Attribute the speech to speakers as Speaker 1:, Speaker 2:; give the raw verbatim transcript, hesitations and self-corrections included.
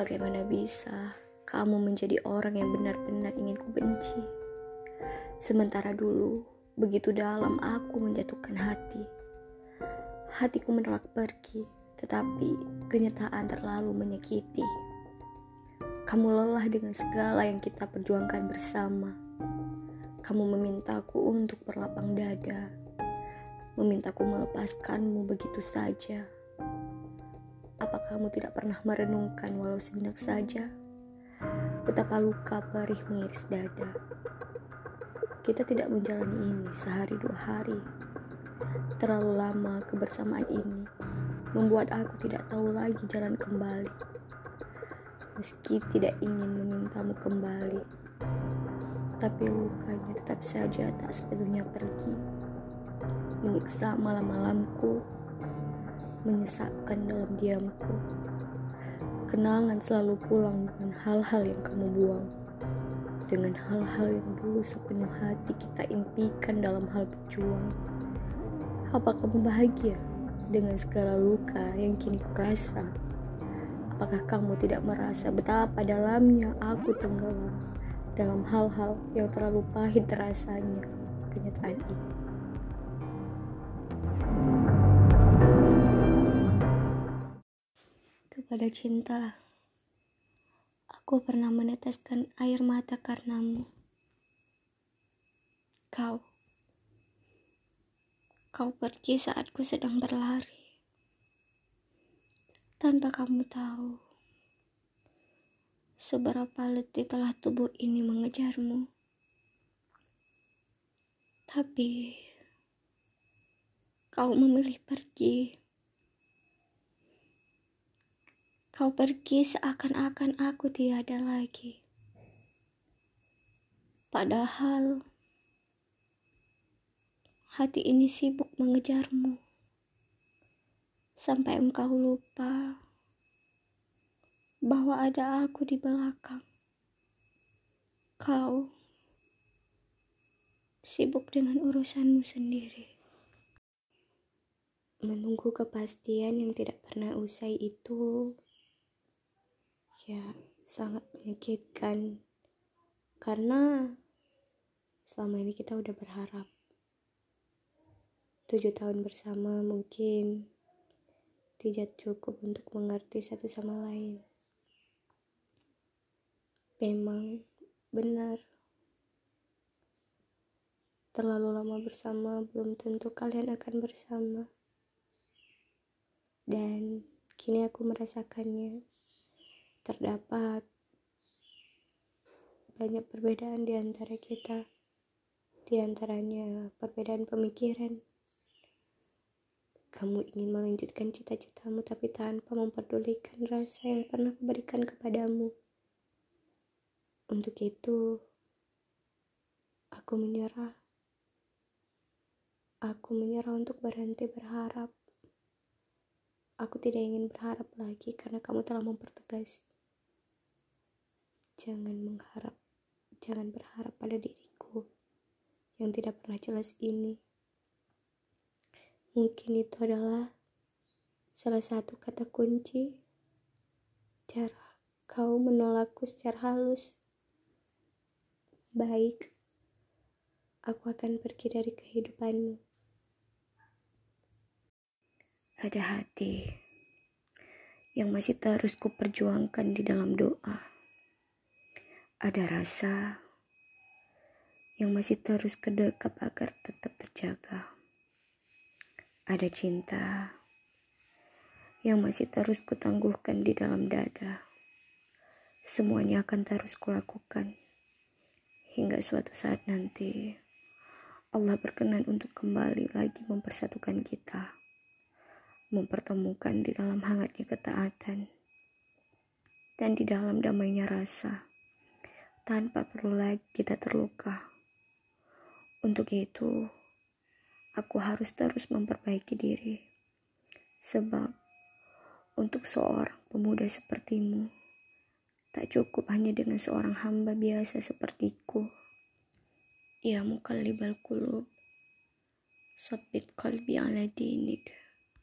Speaker 1: Bagaimana bisa kamu menjadi orang yang benar-benar ingin ku benci? Sementara dulu, begitu dalam aku menjatuhkan hati. Hatiku menolak pergi, tetapi kenyataan terlalu menyakiti. Kamu lelah dengan segala yang kita perjuangkan bersama. Kamu memintaku untuk berlapang dada, memintaku melepaskanmu begitu saja. Apa kamu tidak pernah merenungkan walau sejenak saja betapa luka perih mengiris dada? Kita tidak menjalani ini sehari dua hari. Terlalu lama kebersamaan ini membuat aku tidak tahu lagi jalan kembali. Meski tidak ingin memintamu kembali, tapi lukanya tetap saja tak sepenuhnya pergi, menyiksa malam-malamku, menyesakkan dalam diamku. Kenangan selalu pulang dengan hal-hal yang kamu buang, dengan hal-hal yang dulu sepenuh hati kita impikan dalam hal berjuang. Apa kamu bahagia dengan segala luka yang kini kurasa? Apakah kamu tidak merasa betapa dalamnya aku tenggelam dalam hal-hal yang terlalu pahit rasanya? Kenyataan ini. Kepada cinta, aku pernah meneteskan air mata karenamu. Kau, kau pergi saat ku sedang berlari. Tanpa kamu tahu seberapa letih telah tubuh ini mengejarmu. Tapi kau memilih pergi. Kau pergi seakan-akan aku tiada lagi. Padahal hati ini sibuk mengejarmu. Sampai engkau lupa bahwa ada aku di belakang. Kau sibuk dengan urusanmu sendiri. Menunggu kepastian yang tidak pernah usai itu ya sangat menyakitkan, karena selama ini kita udah berharap tujuh tahun bersama mungkin tidak cukup untuk mengerti satu sama lain. Memang benar, terlalu lama bersama belum tentu kalian akan bersama. Dan kini aku merasakannya. Terdapat banyak perbedaan di antara kita. Di antaranya perbedaan pemikiran. Kamu ingin melanjutkan cita-citamu tapi tanpa memperdulikan rasa yang pernah kuberikan kepadamu. Untuk itu, aku menyerah. Aku menyerah untuk berhenti berharap. Aku tidak ingin berharap lagi karena kamu telah mempertegas. Jangan mengharap, jangan berharap pada diriku yang tidak pernah jelas ini. Mungkin itu adalah salah satu kata kunci cara kau menolakku secara halus. Baik, aku akan pergi dari kehidupanmu. Ada hati yang masih terus kuperjuangkan di dalam doa. Ada rasa yang masih terus kedekap agar tetap terjaga. Ada cinta yang masih terus kutangguhkan di dalam dada. Semuanya akan terus kulakukan hingga suatu saat nanti Allah berkenan untuk kembali lagi mempersatukan kita, mempertemukan di dalam hangatnya ketaatan dan di dalam damainya rasa, tanpa perlu lagi kita terluka. Untuk itu, aku harus terus memperbaiki diri, sebab untuk seorang pemuda sepertimu, tak cukup hanya dengan seorang hamba biasa sepertiku. Ya muqallibal qulub, sabbit qalbi ala dinik.